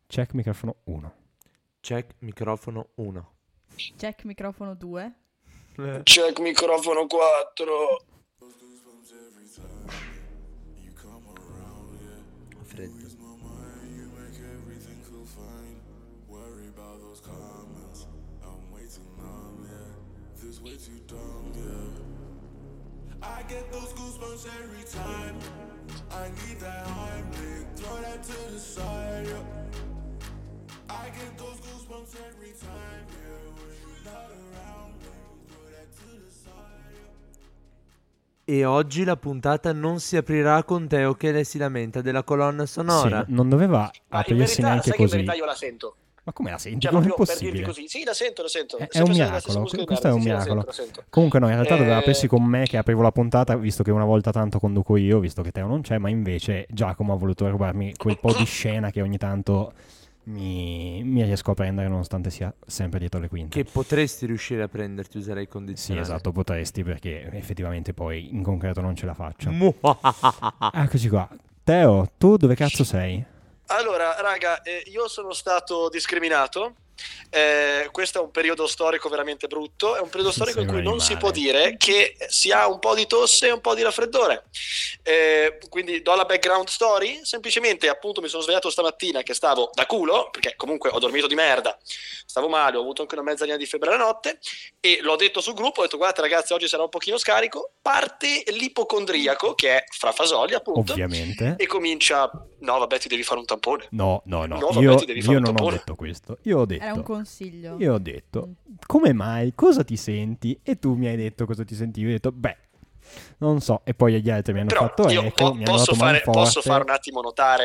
Check microfono 1. Check microfono 1. Check microfono 2. Check microfono 4. Freddo. I get those goosebumps every time. I need that Heimlich, throw that to the side. I get those goosebumps every time, yeah. When you're not around, throw that to the side. E oggi la puntata non si aprirà con Teo che si lamenta della colonna sonora. Sì, non doveva Ma in aprirsi verità, neanche sai che in così. verità io la sento. Ma come la senti? Cioè, Come è proprio per dirti possibile? così. Sì, la sento. È un miracolo, questo è un miracolo. Comunque no, in realtà doveva aprirsi con me che aprivo la puntata, visto che una volta tanto conduco io, visto che Teo non c'è, ma invece Giacomo ha voluto rubarmi quel po' di scena che ogni tanto mi riesco a prendere nonostante sia sempre dietro le quinte. Che potresti riuscire a prenderti, userei Sì, condizionale. esatto, potresti, perché effettivamente poi in concreto non ce la faccio. Muahahaha. Eccoci qua. Teo, tu dove cazzo sei? Allora, raga, io sono stato discriminato. Questo è un periodo storico veramente brutto. È un periodo storico in cui non si può dire che si ha un po' di tosse e un po' di raffreddore. Quindi do la background story. Semplicemente, appunto, mi sono svegliato stamattina che stavo da culo, perché comunque ho dormito di merda, stavo male, ho avuto anche una mezza linea di febbre la notte, e l'ho detto sul gruppo, ho detto: guardate ragazzi, oggi sarà un pochino scarico. Parte l'ipocondriaco, che è fra Fasoli, appunto, Ovviamente. e comincia: no vabbè, ti devi fare un tampone. No, vabbè, io ti devi fare un non ho tampone. detto questo. Io ho Era un detto, consiglio. io ho detto, come mai? Cosa ti senti? E tu mi hai detto cosa ti sentivi. Io ho detto, beh, non so. E poi gli altri mi hanno Però fatto io eco, mi hanno posso dato posso manforte. fare un attimo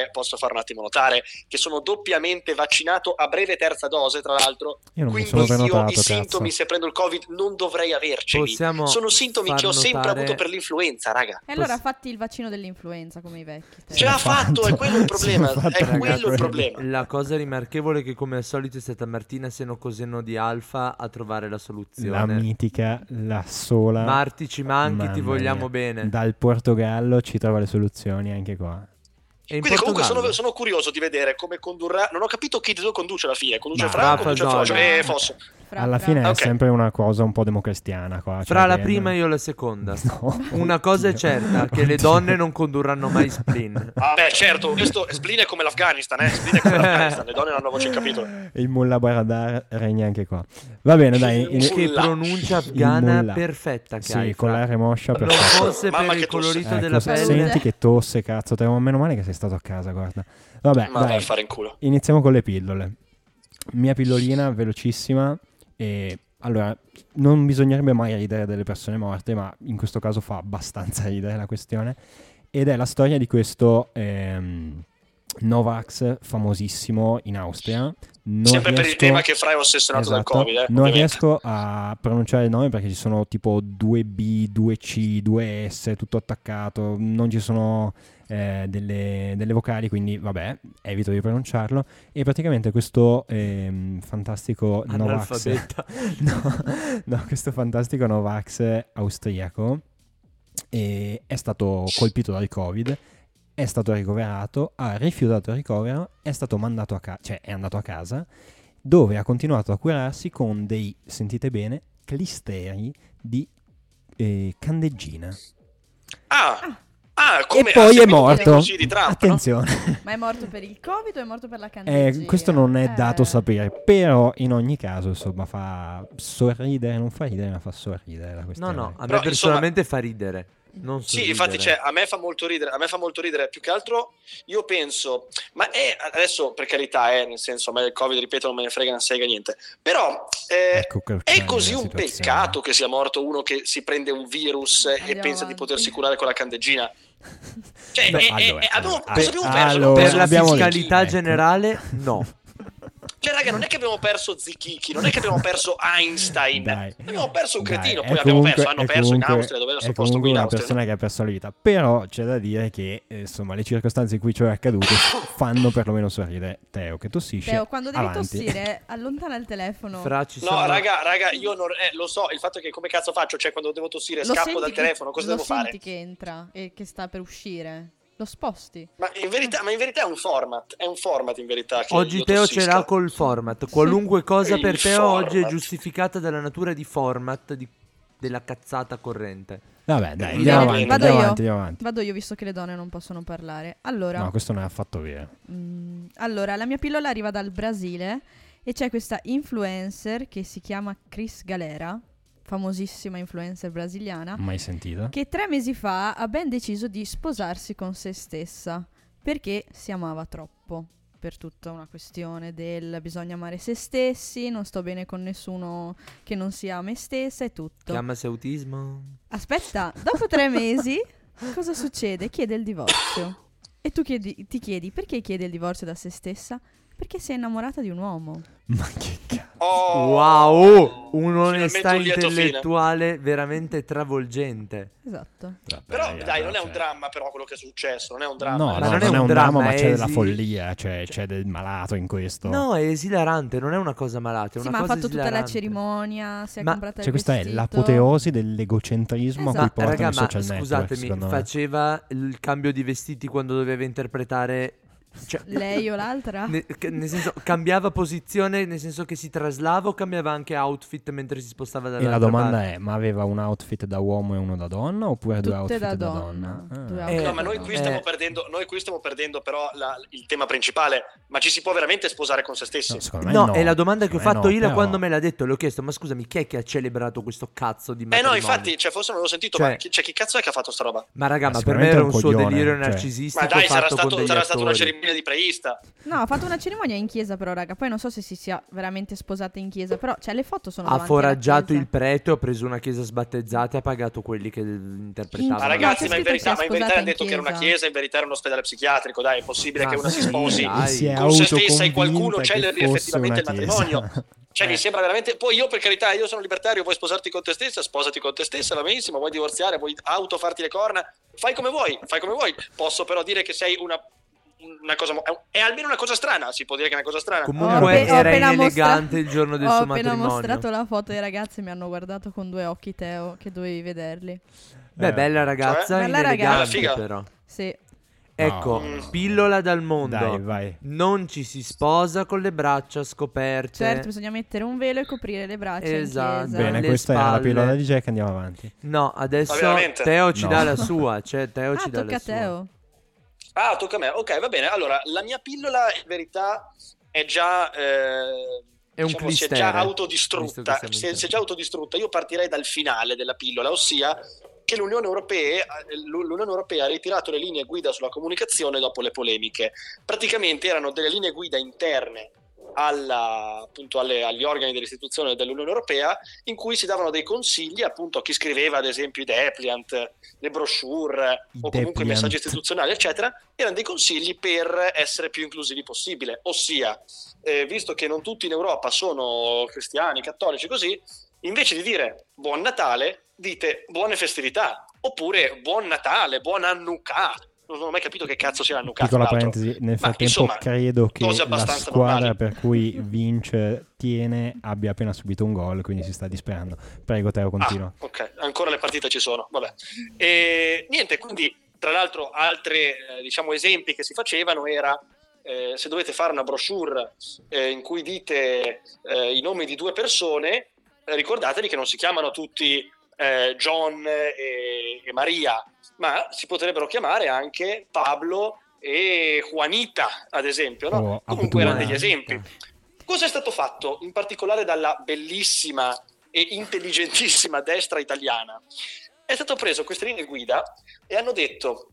notare che sono doppiamente vaccinato a breve terza dose, tra l'altro. Io non mi Quindi sono io prenotato, i sintomi, cazzo. se prendo il Covid, non dovrei averceli. Possiamo Sono sintomi far che ho sempre notare- avuto per l'influenza, raga. E allora fatti il vaccino dell'influenza come i vecchi. Ce l'ha fatto, è quello il problema. Se l'ha fatto È anche quello il quello. problema. La cosa rimarchevole è che come al solito è stata Martina Seno Coseno di Alfa a trovare la La soluzione. mitica, la sola. Marti, ci manchi, ti Mamma vogliamo mia. bene. Dal Portogallo ci trova le soluzioni anche qua. E in Quindi comunque Portogallo? sono curioso di vedere come condurrà. Non ho capito chi di due conduce alla fine. Conduce Ma- Fra o Fra conduce Fasoli. Fosso? Alla fine è Ok. sempre una cosa un po' democristiana qua. Fra cioè la che- prima e io la seconda. No. Una cosa è Oddio. certa, che le Oddio. donne non condurranno mai Splin. Ah, beh, certo, questo Splin è come l'Afghanistan, Splin è come l'Afghanistan, le donne non hanno voce in capitolo. Il Mullah Baradar regna anche qua. Va bene, dai. Che Mullah. pronuncia afghana Mullah. perfetta che Sì, hai, con Fra. la R moscia Non perfetto. fosse Mamma per che il colorito tosse. della Ecco, pelle. senti che tosse, cazzo. Te meno male che sei stato a casa, guarda. Vabbè, Ma vai dai. a fare in culo. Iniziamo con le pillole. Mia pillolina velocissima. E allora, non bisognerebbe mai ridere delle persone morte, ma in questo caso fa abbastanza ridere la questione. Ed è la storia di questo Novax famosissimo in Austria. Non Sempre per il riesco- tema che Fra è ossessionato dal Esatto. Covid, Non ovviamente. riesco a pronunciare il nome perché ci sono tipo 2B, 2C, 2S, tutto attaccato, non ci sono delle vocali, quindi vabbè, evito di pronunciarlo. E praticamente questo fantastico Novax, Analfabeta. no, questo fantastico Novax austriaco è stato colpito dal Covid, è stato ricoverato, ha rifiutato il ricovero, è stato mandato a casa, cioè è andato a casa, dove ha continuato a curarsi con dei, sentite bene, clisteri di candeggina. Come E poi è seguito morto. i consigli di Trump, no? Attenzione. Ma è morto per il Covid o è morto per la candeggina? Questo non è dato sapere, però in ogni caso insomma fa sorridere, non fa ridere ma fa sorridere la No, questione. no, a me Però, personalmente fa ridere. Non Sì, sorridere. infatti, cioè, a me fa molto ridere, più che altro io penso, ma adesso per carità, nel senso, a me il Covid, ripeto, non me ne frega, non sega niente, però Ecco che è c'è così la un situazione. peccato che sia morto uno che si prende un virus e Andiamo pensa di avanti. potersi curare con la candeggina. Cioè, No, allora, cosa abbiamo perso? allora, Abbiamo Per perso la abbiamo Zichichi. fiscalità detto. generale, no. Cioè, raga, non è che abbiamo perso Zichichi, non è che abbiamo perso Einstein, Dai. abbiamo perso un Dai, cretino, è poi abbiamo comunque- perso, hanno è perso in comunque- Austria, dove era è sto posto comunque qui in una Austria, persona che ha perso la vita, però c'è da dire che insomma le circostanze in cui ciò è accaduto fanno perlomeno sorridere. Teo che tossisce. Teo, quando devi avanti. tossire, allontana il telefono. Fra ci No, sono... raga, io non lo so, il fatto è che come cazzo faccio? Cioè, quando devo tossire, Lo scappo senti dal che- telefono, cosa lo devo fare? senti che entra e che sta per uscire. lo sposti. Ma in verità è un format in verità. Che Oggi io Teo tossisca. ce l'ha col format. Qualunque cosa Il per Teo oggi è format. giustificata dalla natura di format della cazzata corrente. Vabbè, dai, Bene, vado io. andiamo avanti. Vado io, visto che le donne non possono parlare. Allora, No, questo non è affatto vero. allora, la mia pillola arriva dal Brasile e c'è questa influencer che si chiama Cris Galera, famosissima influencer brasiliana, Mai sentita? che 3 mesi fa ha ben deciso di sposarsi con se stessa perché si amava troppo. Per tutta una questione del bisogna amare se stessi, non sto bene con nessuno che non sia me stessa e tutto. Chiamasi autismo. Aspetta, dopo 3 mesi cosa succede? Chiede il divorzio. E tu ti chiedi perché chiede il divorzio da se stessa? Perché si è innamorata di un uomo. Ma che cazzo? Oh, Wow, un'onestà finalmente un lieto fine. intellettuale veramente travolgente. Esatto. Però dai, non è un dramma però quello che è successo, non è un dramma. No, Ma no, non è un dramma, dramma, ma c'è è della esi- follia, c'è del malato in questo. No, è esilarante, non è una cosa malata, è Sì, una ma ha cosa fatto tutta la esilarante. cerimonia, si è Ma- comprata Cioè, il questa è vestito. l'apoteosi dell'egocentrismo a Esatto. cui portano Raga, i ma social network, scusatemi, secondo me. faceva il cambio di vestiti quando doveva interpretare... Cioè, Lei o l'altra? nel senso, cambiava posizione, nel senso che si traslava o cambiava anche outfit mentre si spostava E dall'altra la domanda parte? è, ma aveva un outfit da uomo e uno da donna oppure due Tutte outfit da da donna. donna? Due Ah. outfit No, ma da noi donna. qui stiamo perdendo però il tema principale. Ma ci si può veramente sposare con se stessi? No, secondo me No, no, è la domanda che ho secondo me fatto no, io però- quando me l'ha detto. Le ho chiesto, ma scusami, chi è che ha celebrato questo cazzo di No, matrimonio? infatti, cioè, forse non l'avevo sentito, Cioè- ma chi cazzo è che ha fatto sta roba? Ma raga, Ma ma per me sicuramente era è un un suo coglione, delirio cioè. narcisistico Ma dai, fatto con degli sarà stata una attori. cerimonia di preista. No, ha fatto una cerimonia in chiesa però, raga. Poi non so se si sia veramente sposata in chiesa, però cioè le foto sono Ha davanti alla foraggiato chiesa. il prete, ha preso una chiesa sbattezzata e ha pagato quelli che interpretavano. Ma No, ragazzi, c'è ma in scritto verità che si è hanno sposata detto in che era una chiesa. chiesa, in verità era un ospedale psichiatrico. Dai, è possibile Ma che una si sì, sposi dai. Si è con se stessa e autoconvinta qualcuno che celebri fosse effettivamente il una chiesa. matrimonio. Cioè, mi sembra veramente. Poi io, per carità, io sono libertario, vuoi sposarti con te stessa, sposati con te stessa, va benissimo, vuoi divorziare, vuoi autofarti le corna, fai come vuoi. Posso però dire che sei una cosa. È almeno una cosa strana, si può dire che è una cosa strana. Comunque Ho era appena inelegante il giorno del Ho suo appena matrimonio. mostrato la foto ai ragazzi e mi hanno guardato con 2 occhi, Teo, che dovevi vederli. Beh, bella ragazza, Bella inelegante ragazza. Figa. però. Sì. Ecco, No. pillola dal mondo. Dai, vai. Non ci si sposa con le braccia scoperte. Certo, bisogna mettere un velo e coprire le braccia Esatto. in chiesa. Bene, le questa era la spalle. pillola di Jack, andiamo avanti. No, adesso Ma veramente? Teo ci No. dà la sua. Cioè, Teo ci dà tocca la a sua. Teo. Ah, tocca a me. Ok, va bene. Allora, la mia pillola in verità è già. È un si è clistere, già visto autodistrutta. che siamo in Si è tempo. già autodistrutta. Io partirei dal finale della pillola, ossia che l'Unione Europea ha ritirato le linee guida sulla comunicazione dopo le polemiche. Praticamente erano delle linee guida interne appunto agli organi dell'istituzione dell'Unione Europea, in cui si davano dei consigli appunto a chi scriveva ad esempio i depliant, le brochure o comunque i depliant. messaggi istituzionali eccetera. Erano dei consigli per essere più inclusivi possibile, ossia visto che non tutti in Europa sono cristiani, cattolici così, invece di dire buon Natale dite buone festività, oppure buon Natale, buon Hanukkah. Non ho mai capito che cazzo sia Hanukkah. Piccola tra l'altro. parentesi, nel Ma, frattempo insomma, credo che cose la abbastanza squadra normali. per cui vince tiene abbia appena subito un gol, quindi si sta disperando. Prego Teo, continua. Ah, ok, ancora le partite ci sono, vabbè. E niente, quindi tra l'altro altri diciamo esempi che si facevano era se dovete fare una brochure in cui dite i nomi di 2 persone, ricordatevi che non si chiamano tutti John e Maria, ma si potrebbero chiamare anche Pablo e Juanita, ad esempio, no? O Comunque erano degli Abdullah. esempi. Cosa è stato fatto in particolare dalla bellissima e intelligentissima destra italiana? È stato preso queste linee guida e hanno detto: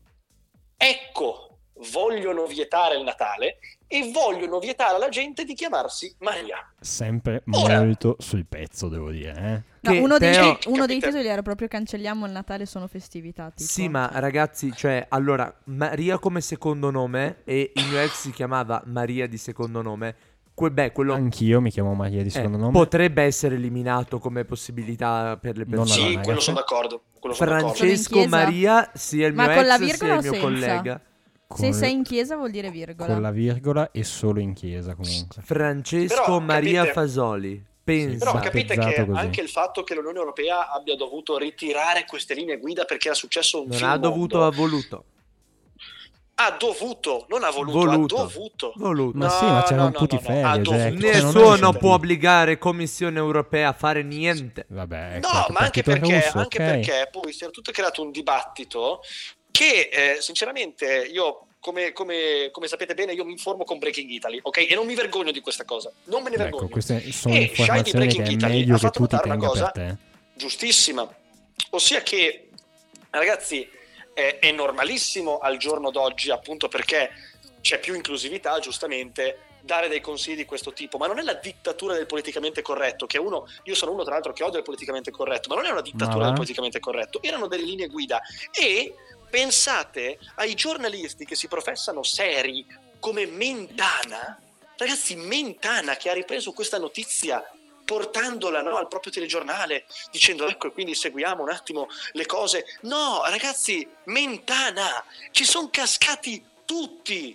ecco, vogliono vietare il Natale e vogliono vietare alla gente di chiamarsi Maria. Sempre Ora. molto sul pezzo, devo dire. No, Che uno dei Teo- titoli Capite? era proprio cancelliamo il Natale, sono festività. Tipo. Sì, ma ragazzi, cioè, allora, Maria come secondo nome e il mio ex si chiamava Maria di secondo nome. Quello Anch'io mi chiamo Maria di secondo nome. potrebbe essere eliminato come possibilità per le Non persone. alla Sì, anagrafe. quello sono d'accordo. quello sono d'accordo. Francesco Sono in chiesa? Maria sia il Ma mio con la ex sia virgola il o mio senza? collega. Se Con- sei in chiesa vuol dire virgola. con la virgola e solo in chiesa comunque. Francesco Però, Maria capite- Fasoli. Pensa. Però capite che battezzato così. anche il fatto che l'Unione Europea abbia dovuto ritirare queste linee guida perché era successo un non film ha dovuto, mondo. ha voluto. Ha dovuto, non ha voluto, Voluto. ha dovuto. Voluto. Ma sì, ma c'erano no, tutti no, no, ferri, ha cioè, dovuto. non è Nessuno scelta può di- obbligare Commissione Europea a fare niente. Vabbè, ecco, No, ma anche perché, russo, ok. poi si è tutto creato un dibattito che sinceramente io, come sapete bene, io mi informo con Breaking Italy, ok? E non mi vergogno di questa cosa, non me ne vergogno. Ecco, queste sono E Shai di informazioni che Breaking è Italy meglio ha che fatto tu ti notare una tenga cosa per te. giustissima, ossia che, ragazzi, è normalissimo al giorno d'oggi, appunto perché c'è più inclusività, giustamente, dare dei consigli di questo tipo, ma non è la dittatura del politicamente corretto, che io sono uno tra l'altro che odia il politicamente corretto, ma non è una dittatura del politicamente corretto, erano delle linee guida. E pensate ai giornalisti che si professano seri come Mentana, ragazzi, Mentana che ha ripreso questa notizia portandola, no, al proprio telegiornale, dicendo ecco, e quindi seguiamo un attimo le cose. No, ragazzi, Mentana, ci sono cascati tutti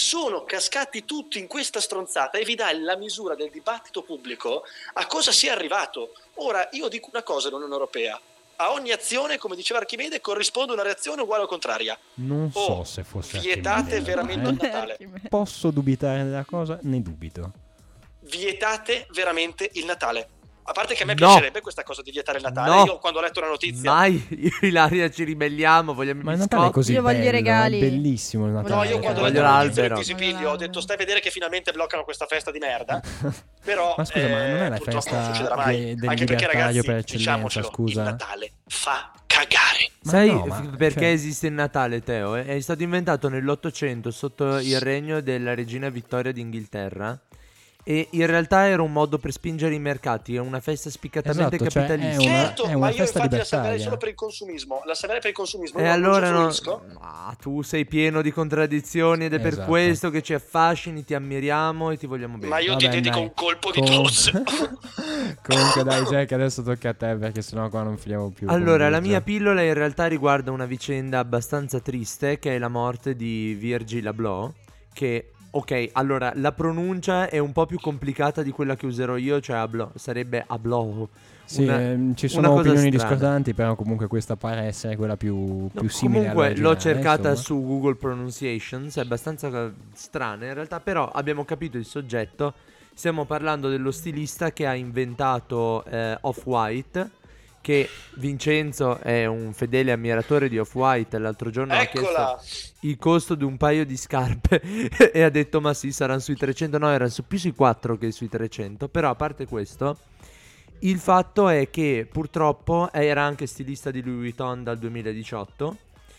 in questa stronzata, e vi dà la misura del dibattito pubblico a cosa sia arrivato. Ora, io dico una cosa all'Unione Europea: a ogni azione, come diceva Archimede, corrisponde una reazione uguale o contraria. Non so se fosse vietate Archimede, veramente il Natale. Posso dubitare della cosa? Ne dubito. Vietate veramente il Natale. A parte che a me No. piacerebbe questa cosa di vietare il Natale. No. Io quando ho letto la notizia, Mai, io e Ilaria ci ribelliamo, vogliamo Ma i il Natale è biscotti. così Io voglio i bello, regali. è bellissimo il Natale. no, io quando ho Voglio letto la notizia del l'albero. Visibilio ho detto stai a vedere che finalmente bloccano questa festa di merda. Però Ma scusa, ma non è la purtroppo festa non succederà mai. del Anche perché, libertario ragazzi, per eccellenza, diciamocelo, scusa. il Natale fa cagare. Ma Sai no, ma- perché cioè- esiste il Natale, Teo? È stato inventato nell'800 sotto il regno della regina Vittoria d'Inghilterra. E in realtà era un modo per spingere i mercati, è una festa spiccatamente Esatto, cioè, capitalistica. Certo, è una ma io festa infatti la salverei libertaria. solo per il consumismo. La salverei per il consumismo. E io allora no, usufruisco. ma tu sei pieno di contraddizioni ed è per Esatto. questo che ci affascini, ti ammiriamo e ti vogliamo bene. Ma io Vabbè, ti dedico dai. un colpo di Comunque- tosse. Comunque dai Jack, adesso tocca a te perché sennò qua non finiamo più. Allora, con la Virgil. mia pillola in realtà riguarda una vicenda abbastanza triste, che è la morte di Virgil Abloh, che, ok, allora, la pronuncia è un po' più complicata di quella che userò io, cioè Abloh, sarebbe Abloh. Sì, ci una sono cosa opinioni strana. discordanti, però comunque questa pare essere quella più No, simile comunque l'ho all'originale, cercata insomma. su Google Pronunciations, è abbastanza strana in realtà, però abbiamo capito il soggetto. Stiamo parlando dello stilista che ha inventato Off-White, che Vincenzo è un fedele ammiratore di Off-White. L'altro giorno ha Eccola. chiesto il costo di un paio di scarpe e ha detto ma sì, saranno sui 300. No, erano più sui 4 che sui 300. Però a parte questo, il fatto è che purtroppo era anche stilista di Louis Vuitton dal 2018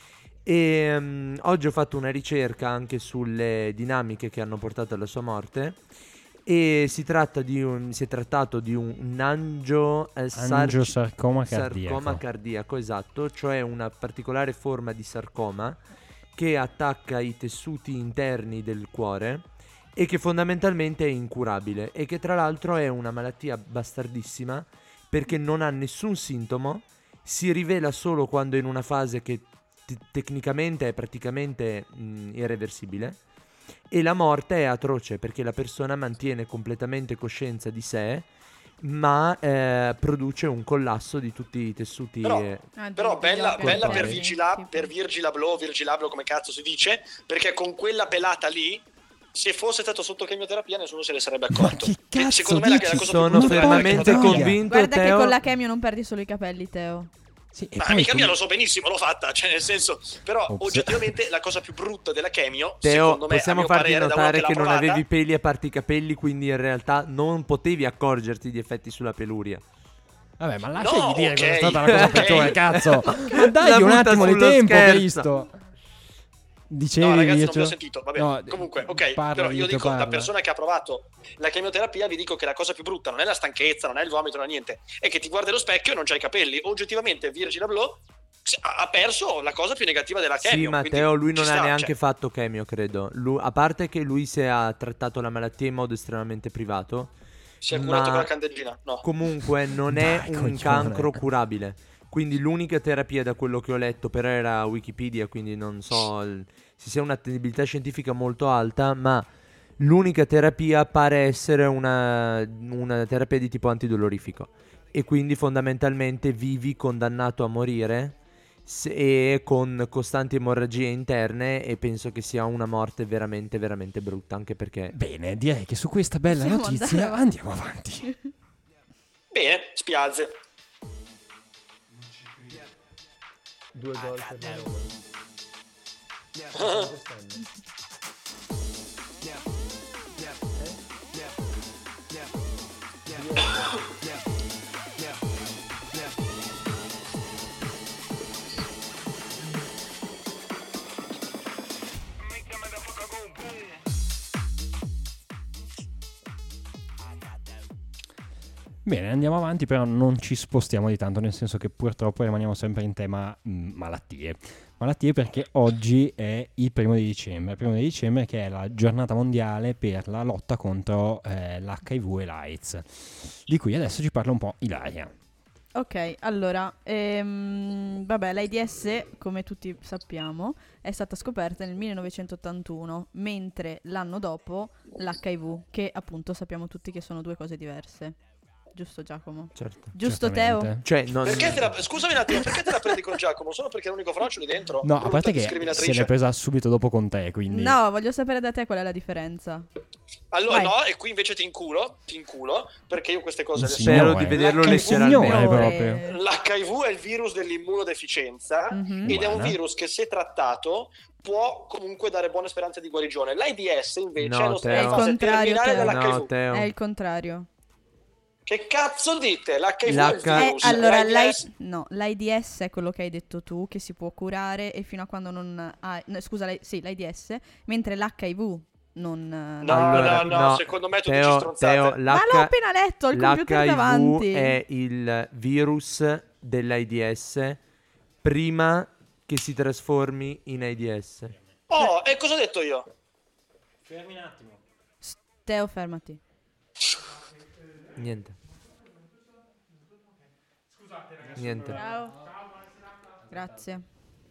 e oggi ho fatto una ricerca anche sulle dinamiche che hanno portato alla sua morte e si è trattato di un Angiosarcoma cardiaco. sarcoma cardiaco, esatto, cioè una particolare forma di sarcoma che attacca i tessuti interni del cuore e che fondamentalmente è incurabile e che tra l'altro è una malattia bastardissima perché non ha nessun sintomo, si rivela solo quando è in una fase che tecnicamente è praticamente irreversibile e la morte è atroce perché la persona mantiene completamente coscienza di sé ma produce un collasso di tutti i tessuti. Però bella per corporei. Virgil Abloh, come cazzo si dice, perché con quella pelata lì, se fosse stato sotto chemioterapia nessuno se ne sarebbe accorto. che cazzo Secondo me la dici? cosa Sono più brutta fermamente della chemioterapia. convinto, Guarda che Teo. con la chemio non perdi solo i capelli, Teo. Sì, e Ma poi amica tu- mia, lo so benissimo, l'ho fatta, cioè nel senso, però Ops. oggettivamente la cosa più brutta della chemio, Teo, secondo me, a possiamo mio farti parere, da uno notare che l'ha che non provata, avevi peli a parte i capelli, quindi in realtà non potevi accorgerti di effetti sulla peluria. Vabbè, ma lasciami No, dire ok. cosa è stata la cosa Ok. peggiore, cazzo. Ma La dai un butta attimo di sullo tempo, scherzo. Cristo. Dicevi, No, ragazzi, non Virgil? vi ho sentito. Vabbè, No, comunque, ok. parla, Però io Virgil, dico, da parla. persona che ha provato la chemioterapia, vi dico che la cosa più brutta non è la stanchezza, non è il vomito, non è niente. È che ti guardi allo specchio e non c'hai i capelli. Oggettivamente, Virgil Abloh ha perso la cosa più negativa della chemio. Sì, quindi Matteo, lui ci non ha sta, neanche cioè. fatto chemio, credo. A parte che lui si ha trattato la malattia in modo estremamente privato. Si è curato ma con la candeggina. No. comunque non è Dai, un coglione. cancro curabile. Quindi l'unica terapia, da quello che ho letto, però era Wikipedia, quindi non so se sia un'attendibilità scientifica molto alta, ma l'unica terapia pare essere una terapia di tipo antidolorifico. E quindi fondamentalmente vivi condannato a morire e con costanti emorragie interne, e penso che sia una morte veramente veramente brutta, anche perché Bene, direi che su questa bella Possiamo notizia andare andiamo avanti. Bene, spiazze. 2 gol per la Roma. Bene, andiamo avanti, però non ci spostiamo di tanto, nel senso che purtroppo rimaniamo sempre in tema malattie. Malattie perché oggi è il 1° di dicembre che è la giornata mondiale per la lotta contro l'HIV e l'AIDS, di cui adesso ci parla un po' Ilaria. Ok, allora, vabbè, l'AIDS, come tutti sappiamo, è stata scoperta nel 1981, mentre l'anno dopo l'HIV, che appunto sappiamo tutti che sono due cose diverse. Giusto, Giacomo? Certo. Giusto, Certamente. Teo? Cioè, non... Scusami un attimo, perché te la prendi con Giacomo? Solo perché è l'unico fraccio lì dentro? No, a Brutta parte che se discriminatrice. l'è presa subito dopo con te, quindi... No, voglio sapere da te qual è la differenza. Allora, Vai. no, e qui invece ti inculo, perché io queste cose Un le so. Spero signore. di vederlo L'HIV letteralmente. Signore proprio. L'HIV è il virus dell'immunodeficienza Mhm. ed è un Buona. virus che, se trattato, può comunque dare buone speranze di guarigione. L'AIDS invece No, è lo Teo. È il fase contrario, terminale Teo. dell'HIV. No, Teo. È il contrario. Che cazzo dite? L'HIV è il virus. Allora, l'AIDS l'AIDS è quello che hai detto tu, che si può curare e fino a quando non ha... no, scusa, l'AIDS, mentre l'HIV non... No, Allora, no, secondo me tu dici Teo, stronzate. Teo, Ma l'ho appena letto, ho il computer davanti. l'HIV è il virus dell'AIDS prima che si trasformi in AIDS. Oh, e cosa ho detto io? Fermi un attimo. Teo, fermati. Niente. Niente. Ciao. Grazie.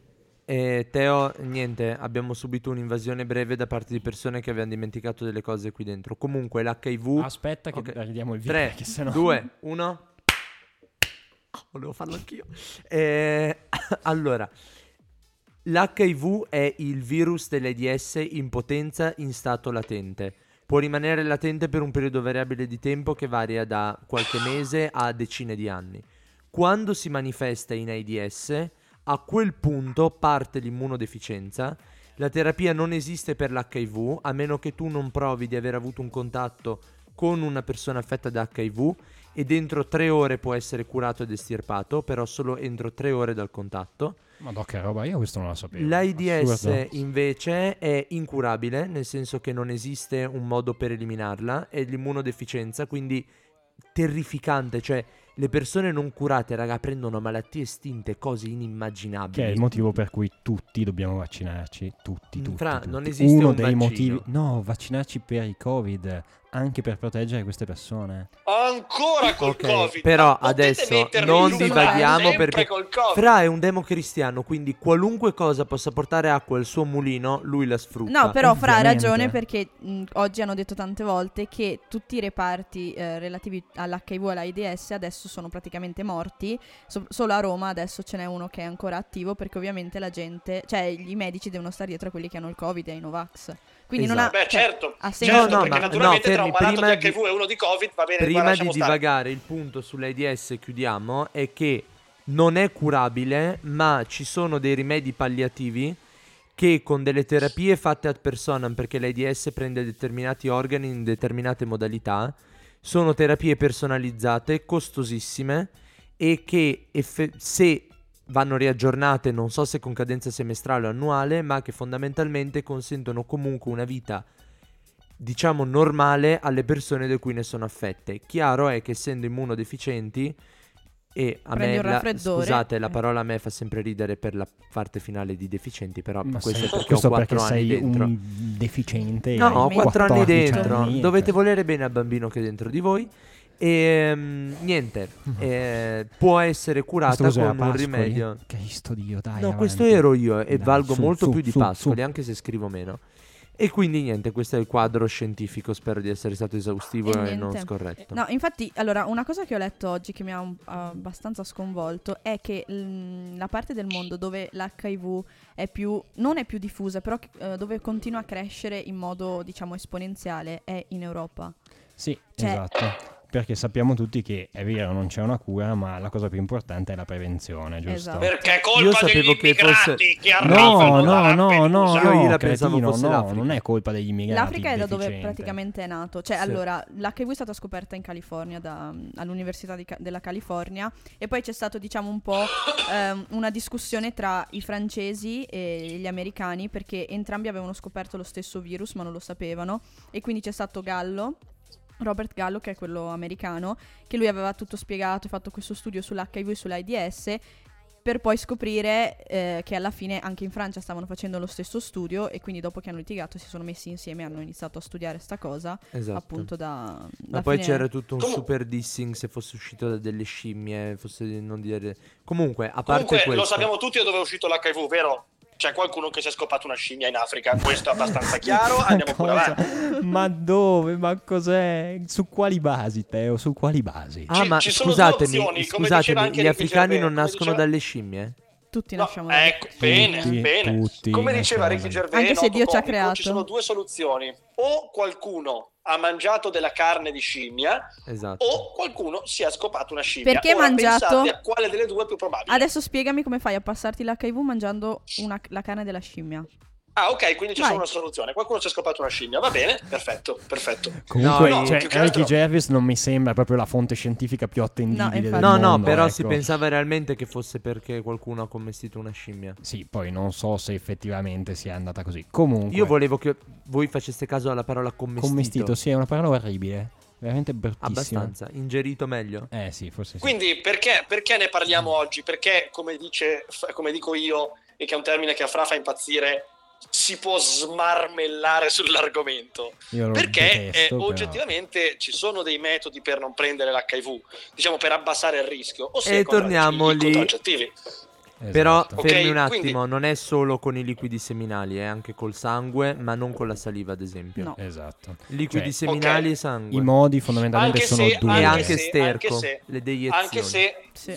Teo, niente, abbiamo subito un'invasione breve da parte di persone che avevano dimenticato delle cose qui dentro. Comunque l'HIV... Aspetta che Ok. ridiamo il video, 3, perché sennò... 2, 1. Volevo farlo anch'io. Allora, l'HIV è il virus dell'AIDS in potenza in stato latente. Può rimanere latente per un periodo variabile di tempo che varia da qualche mese a decine di anni. Quando si manifesta in AIDS, a quel punto parte l'immunodeficienza. La terapia non esiste per l'HIV, a meno che tu non provi di aver avuto un contatto con una persona affetta da HIV, e dentro 3 ore può essere curato ed estirpato, però solo entro 3 ore dal contatto. Madò, che roba, io questo non la sapevo. L'AIDS Assurdo. invece è incurabile, nel senso che non esiste un modo per eliminarla, è l'immunodeficienza, quindi terrificante, cioè le persone non curate, raga, prendono malattie estinte, cose inimmaginabili. Che è il motivo per cui tutti dobbiamo vaccinarci. Tutti. Fra, tutti. non esiste Uno un dei vaccino. motivi... No, vaccinarci per il Covid, anche per proteggere queste persone. Ancora col Ok, Covid. però Potete adesso mettermi non giù divaghiamo, sempre perché col Covid. Fra è un democristiano, quindi qualunque cosa possa portare acqua al suo mulino, lui la sfrutta. No, però Fra ha Ovviamente. ragione, perché oggi hanno detto tante volte che tutti i reparti relativi all'HIV e all'AIDS adesso sono praticamente morti. Solo a Roma adesso ce n'è uno che è ancora attivo, perché ovviamente la gente, cioè i medici devono stare dietro a quelli che hanno il Covid e ai Novax. Quindi non ha... Esatto. Beh, certo. ha senso. Certo, No, perché ma- naturalmente no, tra un fermi, malato di prima HIV e uno di Covid va bene, Prima di lasciamo stare. divagare, il punto sull'AIDS, chiudiamo, è che non è curabile, ma ci sono dei rimedi palliativi che, con delle terapie fatte ad personam, perché l'AIDS prende determinati organi in determinate modalità, sono terapie personalizzate, costosissime, e che se vanno riaggiornate, non so se con cadenza semestrale o annuale, ma che fondamentalmente consentono comunque una vita, diciamo, normale alle persone da cui ne sono affette. Chiaro è che, essendo immunodeficienti, e a Prendi me un raffreddore. scusate, la parola a me fa sempre ridere per la parte finale di deficienti, però Ma questo sei- è perché ho questo 4 perché anni sei dentro. un deficiente. No, ho hai 4 anni 14 dentro. anni, Dovete cioè. volere bene al bambino che è dentro di voi. E niente, può essere curata Questo cos'era, con un Pascoli? rimedio. Cristo Dio, dai. No, avanti. questo ero io, e Dai, valgo su, molto su, più di su, Pascoli, su. anche se scrivo meno. E quindi niente, questo è il quadro scientifico, spero di essere stato esaustivo E e non niente. scorretto. No, infatti, allora, una cosa che ho letto oggi che mi ha abbastanza sconvolto è che la parte del mondo dove l'HIV non è più diffusa, però dove continua a crescere in modo, diciamo, esponenziale è in Europa. Sì, Cioè- esatto. Perché sappiamo tutti che è vero, non c'è una cura, ma la cosa più importante è la prevenzione, giusto? Esatto. Perché è Io colpa degli sapevo che immigrati fosse- che arrivano da Lampedusa. Io la cretino, pensavo fosse l'Africa. non è colpa degli immigrati. L'Africa è da dove deficiente. praticamente è nato. Cioè, Sì. allora, l'HIV è stata scoperta in California all'Università della California e poi c'è stato, diciamo, un po' una discussione tra i francesi e gli americani perché entrambi avevano scoperto lo stesso virus ma non lo sapevano e quindi c'è stato Robert Gallo, che è quello americano, che lui aveva tutto spiegato e fatto questo studio sull'HIV e sull'AIDS per poi scoprire che alla fine anche in Francia stavano facendo lo stesso studio e quindi dopo che hanno litigato si sono messi insieme e hanno iniziato a studiare sta cosa, Esatto. appunto Ma poi c'era tutto un super dissing se fosse uscito da delle scimmie, fosse di non dire... Comunque, a parte Comunque, questo... lo sappiamo tutti da dove è uscito l'HIV, vero? C'è qualcuno che si è scopato una scimmia in Africa, questo è abbastanza chiaro, andiamo pure Cosa? avanti. Ma dove? Ma cos'è? Su quali basi, Teo? Su quali basi? Ah, ma ci sono due opzioni, come diceva scusatemi, anche gli Ricky africani Gervais, non come nascono diceva- dalle scimmie? Tutti No, nasciamo da ecco, bene, Tutti, bene. tutti Come diceva nasciamo Ricky da- Gervais, Anche se noto Dio ci ha comico, creato. ci sono due soluzioni. O qualcuno ha mangiato della carne di scimmia Esatto. o qualcuno si è scopato una scimmia. Perché Ora, mangiato? pensate a quale delle due è più probabile. Adesso spiegami come fai a passarti l'HIV mangiando la carne della scimmia. Ah, ok, quindi c'è Vai. solo una soluzione. Qualcuno si è scopato una scimmia, va bene? Perfetto. Comunque, No, cioè, più che Ricky altro- Gervais non mi sembra proprio la fonte scientifica più attendibile No, del infatti. No, mondo. no, però ecco. si pensava realmente che fosse perché qualcuno ha commestito una scimmia. Sì, poi non so se effettivamente sia andata così. Comunque, Io volevo che voi faceste caso alla parola commestito. commestito, sì, è una parola orribile. Veramente bruttissima. Abbastanza. Ingerito meglio. Sì, forse sì. Quindi perché ne parliamo oggi? Perché, come dico io, e che è un termine che a Fra fa impazzire, si può smarmellare sull'argomento? Io lo Perché detesto, però. oggettivamente ci sono dei metodi per non prendere l'HIV, diciamo per abbassare il rischio, ossia E con torniamo i lì. contraccettivi. Esatto. Però Ok, fermi un attimo, quindi- non è solo con i liquidi seminali, è anche col sangue, ma non con la saliva, ad esempio. No. Esatto. Liquidi Cioè, seminali ok. e sangue. I modi fondamentalmente Anche sono se- due. e anche se- sterco, anche se- le deiezioni. Anche se, Sì.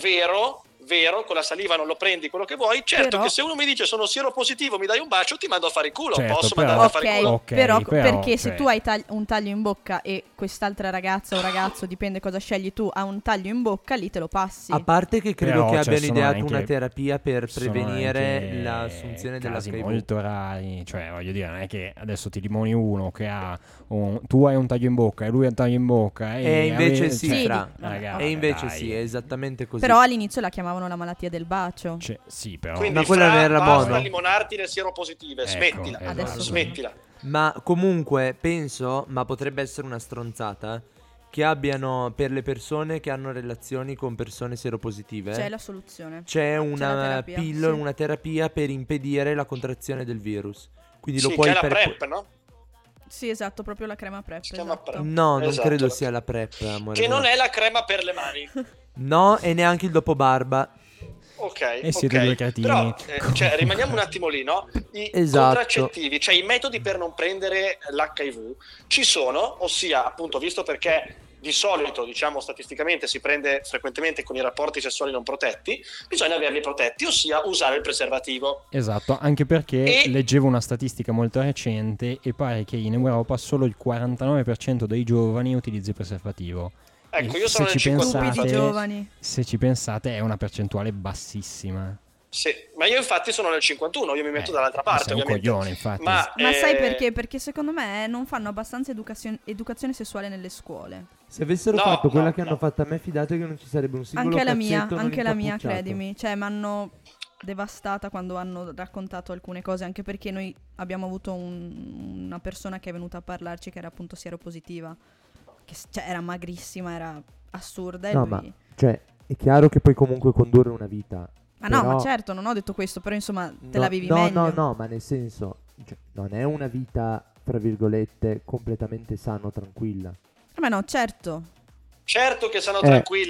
vero, con la saliva non lo prendi quello che vuoi. Certo Però- che se uno mi dice sono sieropositivo, mi dai un bacio, ti mando a fare il culo. Certo, Posso però- mandarti a fare il culo? Ok, però però, perché se cioè- tu hai un taglio in bocca e quest'altra ragazza o ragazzo, dipende cosa scegli tu, ha un taglio in bocca, lì te lo passi. A parte che credo Però, che cioè, abbiano sono ideato anche- una terapia per sono prevenire anche l'assunzione casi dell'HIV. molto rari, cioè voglio dire, non è che adesso ti limoni uno che ha tu hai un taglio in bocca e lui ha un taglio in bocca E invece sì, Sì, Fra. raga, E invece dai. sì, è esattamente così. Però all'inizio la chiamavano la malattia del bacio. Cioè, sì, però Quindi Ma quella Fra, non era basta buono. limonarti le sieropositive, Ecco, smettila. esatto. Adesso sì. Smettila. Ma comunque penso, ma potrebbe essere una stronzata, che abbiano per le persone che hanno relazioni con persone seropositive. C'è la soluzione. C'è la una terapia, pillola, sì. una terapia per impedire la contrazione del virus. Quindi lo Sì, puoi che è la PrEP, no? Sì, esatto, proprio la crema PrEP. Si chiama esatto. PrEP. No, non Esatto. credo sia la PrEP, amore Che mio. non è la crema per le mani. No, e neanche il dopo barba. Ok, E siete ok. due cretini. Però, cioè, rimaniamo un attimo lì, no? I Esatto. contraccettivi, cioè i metodi per non prendere l'HIV ci sono, ossia, appunto, visto perché di solito, diciamo statisticamente, si prende frequentemente con i rapporti sessuali non protetti, bisogna averli protetti, ossia usare il preservativo. esatto, anche perché E- leggevo una statistica molto recente e pare che in Europa solo il 49% dei giovani utilizzi il preservativo. Ecco, E io sono se nel ci 50. Stupidi pensate- giovani. Se ci pensate è una percentuale bassissima. Sì, ma io infatti sono nel 51, io mi metto dall'altra parte, sei un ovviamente. coglione, infatti. Ma Ma sai perché? Perché secondo me non fanno abbastanza educazione sessuale nelle scuole. Se avessero No, fatto quella no, che hanno no. fatto a me, fidate che non ci sarebbe un singolo Anche la mia, cazzetto non anche la mia, incappucciato. credimi. Cioè, mi hanno devastata quando hanno raccontato alcune cose, anche perché noi abbiamo avuto una persona che è venuta a parlarci che era appunto sieropositiva, che cioè, era magrissima, era assurda. E No, lui... ma cioè, è chiaro che puoi comunque condurre una vita. Ma no, però- ma certo, non ho detto questo, però insomma te No, la vivi no, meglio. No, ma nel senso, cioè, non è una vita, tra virgolette, completamente sano, tranquilla. Ma no, certo. certo che sono Eh. tranquilla,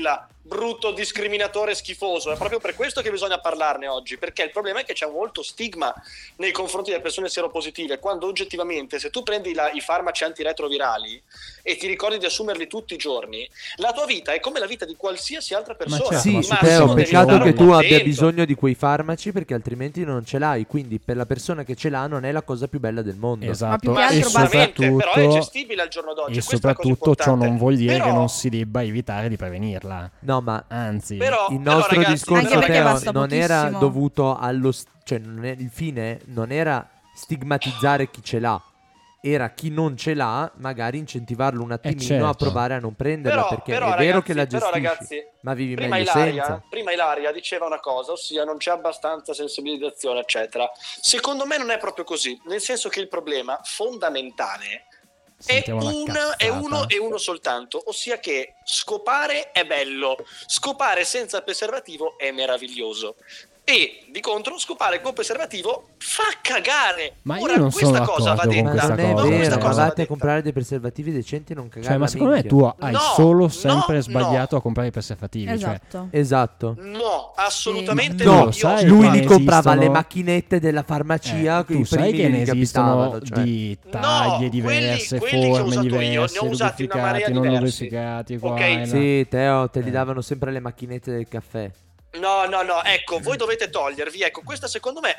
brutto, discriminatore, schifoso. È proprio per questo che bisogna parlarne oggi, perché il problema è che c'è molto stigma nei confronti delle persone seropositive, quando oggettivamente se tu prendi i farmaci antiretrovirali e ti ricordi di assumerli tutti i giorni, la tua vita è come la vita di qualsiasi altra persona. certo, Sì, ma Teo, devi peccato stare che un tu po' abbia attento. bisogno di quei farmaci, perché altrimenti non ce l'hai. Quindi per la persona che ce l'ha non è la cosa più bella del mondo. Esatto, più che Ma altro e assolutamente, però è soprattutto, gestibile al giorno d'oggi. e Questa è la cosa soprattutto ciò importante. non vuol dire Però- che non si debba evitare di prevenirla. No, ma Anzi, Però- il nostro ragazzi, discorso, Anche perché Teo, basta non era pochissimo. dovuto cioè il fine non era stigmatizzare chi ce l'ha, era chi non ce l'ha, magari incentivarlo un attimino certo. a provare a non prenderla, perché è vero ragazzi, che la gestisci, ragazzi, ma vivi prima meglio Ilaria, senza. prima Ilaria diceva una cosa, ossia non c'è abbastanza sensibilizzazione, eccetera. Secondo me non è proprio così, nel senso che il problema fondamentale è sentiamo una uno cazzata. e uno soltanto, ossia che scopare è bello, scopare senza preservativo è meraviglioso. E di contro scopare con preservativo fa cagare. Ma io Ora, non questa sono cosa va d'accordo con Ma detta. questa non è cosa. No, questa vero, cosa va andate a detta. comprare dei preservativi decenti e non cagare Cioè, ma la secondo me minchia. tu hai No, solo sempre no, sbagliato no. a comprare i preservativi. Cioè, Esatto. Esatto. No, assolutamente Sì. no. No, Io sai, Lui che li comprava esistono- le macchinette della farmacia, tu i sai primi che ne li esistono capitavano, cioè. di taglie No, diverse, quelli che ho forme usato io, ne diverse, ho usati una lubrificati, marea non diversi. lubrificati, qua Ok? e là. Sì, Teo, te li Eh. davano sempre le macchinette del caffè. No, ecco, voi dovete togliervi, ecco, questo secondo me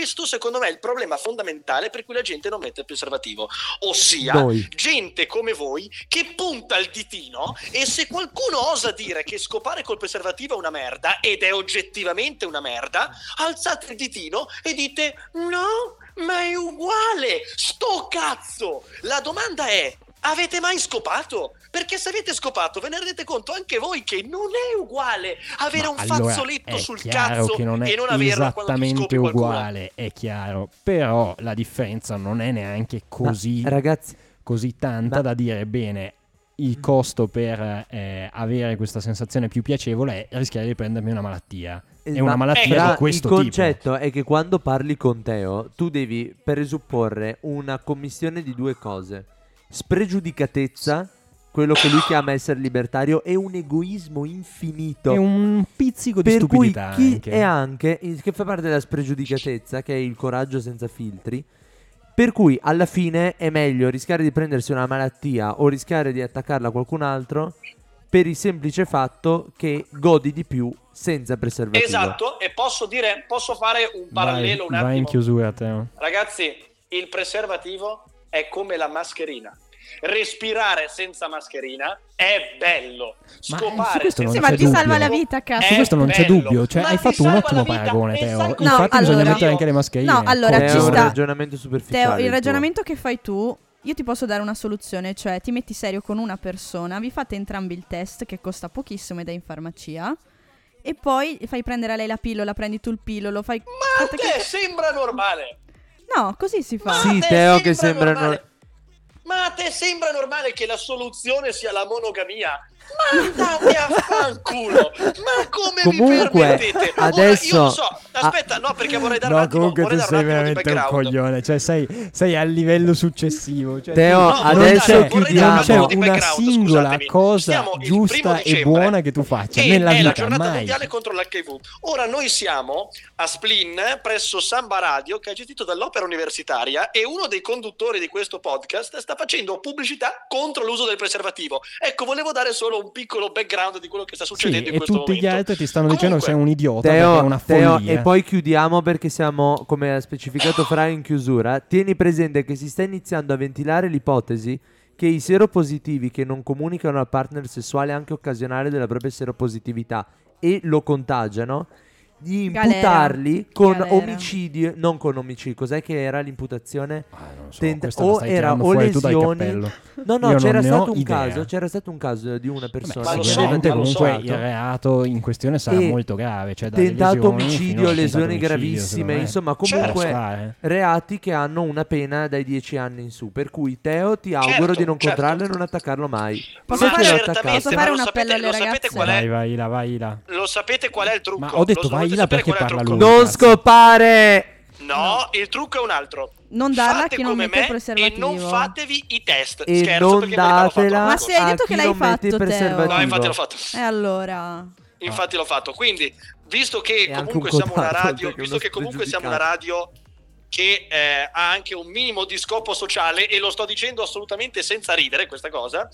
è il problema fondamentale per cui la gente non mette il preservativo, ossia Noi. gente come voi che punta il ditino e se qualcuno osa dire che scopare col preservativo è una merda, ed è oggettivamente una merda, alzate il ditino e dite no, ma è uguale, sto cazzo! La domanda è: avete mai scopato? Perché se avete scopato ve ne rendete conto anche voi che non è uguale avere Ma un allora, fazzoletto è sul chiaro cazzo che non è e non averlo quando ti scopi esattamente qualcuno. uguale, è chiaro, però la differenza non è neanche così, Ma, ragazzi, così tanta ma- da dire bene. Il costo per avere questa sensazione più piacevole è rischiare di prendermi una malattia. È una malattia di questo il tipo. concetto è che quando parli con Teo, tu devi presupporre una commissione di due cose: spregiudicatezza, quello che lui chiama essere libertario, e un egoismo infinito. È un pizzico di Per cui stupidità chi anche. è anche che fa parte della spregiudicatezza, che è il coraggio senza filtri. Per cui alla fine è meglio rischiare di prendersi una malattia o rischiare di attaccarla a qualcun altro per il semplice fatto che godi di più senza preservativo. Esatto, e posso fare un parallelo un vai attimo. in chiusura, Teo. Ragazzi, il preservativo è come la mascherina. Respirare senza mascherina è bello. Ma, Scopare su questo non Sì, c'è ma ti dubbio. salva la vita, cazzo. Su questo non c'è bello. dubbio, cioè Ma hai ti fatto un salva ottimo la vita, paragone, Teo. esatto. No, Infatti bisogna allora- mettere anche le mascherine. No, allora, È ci un sta. ragionamento superficiale. Teo, il tuo. ragionamento che fai tu, io ti posso dare una soluzione, cioè ti metti serio con una persona, vi fate entrambi il test che costa pochissimo ed è in farmacia e poi fai prendere a lei la pillola, prendi tu il pillolo, fai... Ma a fate te sembra normale? No, così si fa. Ma Sì, a te Teo, che sembra normale? Ma a te sembra normale che la soluzione sia la monogamia? Ma andate a fanculo! Ma come Comunque, vi permettete? Ora, adesso- io lo so, aspetta, no, perché vorrei dare No, un attimo, comunque tu vorrei dare sei un attimo di veramente un background. coglione. Cioè, sei al livello successivo. Cioè, Teo, No, adesso vorrei chiudiamo. non c'è dare un attimo di una background, singola scusatemi. cosa Siamo il giusta 1° e dicembre buona che tu faccia e nella è la vita, giornata mai. mondiale contro l'HIV. Ora noi siamo a Splin presso Samba Radio, che è gestito dall'Opera Universitaria, e uno dei conduttori di questo podcast sta facendo pubblicità contro l'uso del preservativo. Ecco, volevo dare solo un piccolo background di quello che sta Sì, succedendo in e questo tutti momento. gli altri ti stanno dicendo che sei un idiota, Teo, perché è una follia. e poi chiudiamo perché siamo, come ha specificato Fra in chiusura, tieni presente che si sta iniziando a ventilare l'ipotesi che i seropositivi che non comunicano al partner sessuale anche occasionale della propria seropositività e lo contagiano, di imputarli con Galera. omicidio, non con omicidio, cos'è che era l'imputazione? Non so, Tenta- questa la o stai era tirando o fuori tu dal lesioni. cappello. No, no, Io c'era non ne ho stato un idea. caso, c'era stato un caso di una persona Ma lo so, Sicuramente ma lo so. comunque il reato in questione sarà E molto grave, cioè dalle tentato lesioni omicidio, fino al tentato lesioni omicidio, gravissime, secondo me. insomma, Ci può comunque stare. reati che hanno una pena dai 10 anni in su. Per cui Teo ti auguro Certo, di non certo. contrarlo e non attaccarlo mai. Posso Ma Se te l'ho fare- attaccato. posso fare ma un lo appello alle lo sapete ragazze? qual è? Vai là. Lo sapete qual è il trucco? Ma ho detto Lo vai volete là sapere perché qual è il parla trucco? lui. Non cazzo. scopare! No, il trucco è un altro. Non darla a fate chi non come mette il me e preservativo. non fatevi i test. E Scherzo, non perché in verità l'ho fatto datela Ma se hai a detto chi che l'hai non mette il fatto, Teo. preservativo. No, infatti l'ho fatto. E allora? Infatti l'ho fatto. Quindi, visto che E anche comunque un siamo una codardo, radio, perché visto uno che comunque siamo una spregiudicato. radio che ha anche un minimo di scopo sociale, e lo sto dicendo assolutamente senza ridere questa cosa,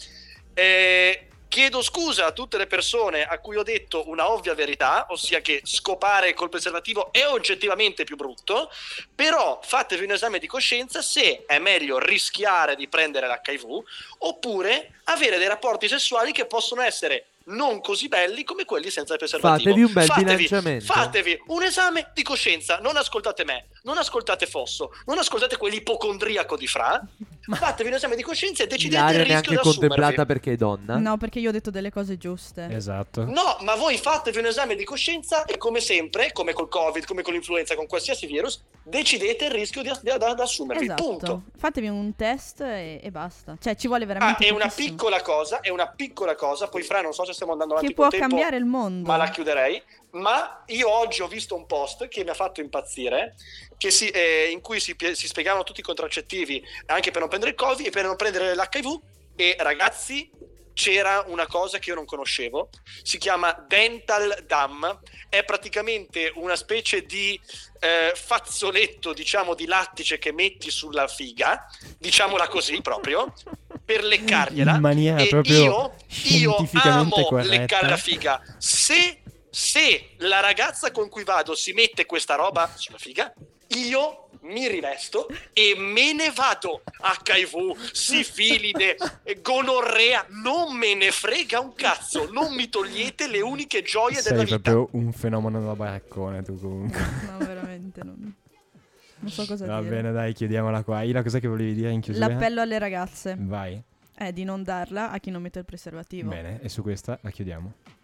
chiedo scusa a tutte le persone a cui ho detto una ovvia verità, ossia che scopare col preservativo è oggettivamente più brutto, però fatevi un esame di coscienza se è meglio rischiare di prendere l'HIV oppure avere dei rapporti sessuali che possono essere non così belli come quelli senza il preservativo. Fatevi un bel bilanciamento. Fatevi un esame di coscienza, non ascoltate me, non ascoltate Fosso, non ascoltate quell'ipocondriaco di Fra, fatevi un esame di coscienza e decidete il Ilaria rischio neanche da assumervi. contemplata perché è donna. No, perché io ho detto delle cose giuste. Esatto. No, ma voi fatevi un esame di coscienza e come sempre, come col Covid, come con l'influenza, con qualsiasi virus, decidete il rischio da assumervi, Esatto. punto. Fatevi un test e basta. Cioè, ci vuole Ah, veramente è una pochissimo. piccola cosa, poi Fra non so se stiamo andando avanti Che può col tempo, cambiare il mondo. ma la chiuderei. Ma io oggi ho visto un post che mi ha fatto impazzire, in cui si spiegavano tutti i contraccettivi anche per non prendere il Covid e per non prendere l'HIV, e ragazzi c'era una cosa che io non conoscevo, si chiama Dental Dam, è praticamente una specie di fazzoletto, diciamo, di lattice che metti sulla figa, diciamola così proprio, per leccargliela. In maniera E proprio io scientificamente amo corretta. leccare la figa. Se la ragazza con cui vado si mette questa roba sulla figa, io mi rivesto e me ne vado. HIV, sifilide, gonorrea, non me ne frega un cazzo. Non mi togliete le uniche gioie della Sei vita. proprio un fenomeno da baraccone tu comunque. No, veramente non so cosa Va dire. bene, dai, chiudiamola qua. Ila, cosa che volevi dire in chiusura? L'appello alle ragazze Vai. è di non darla a chi non mette il preservativo. Bene, e su questa la chiudiamo.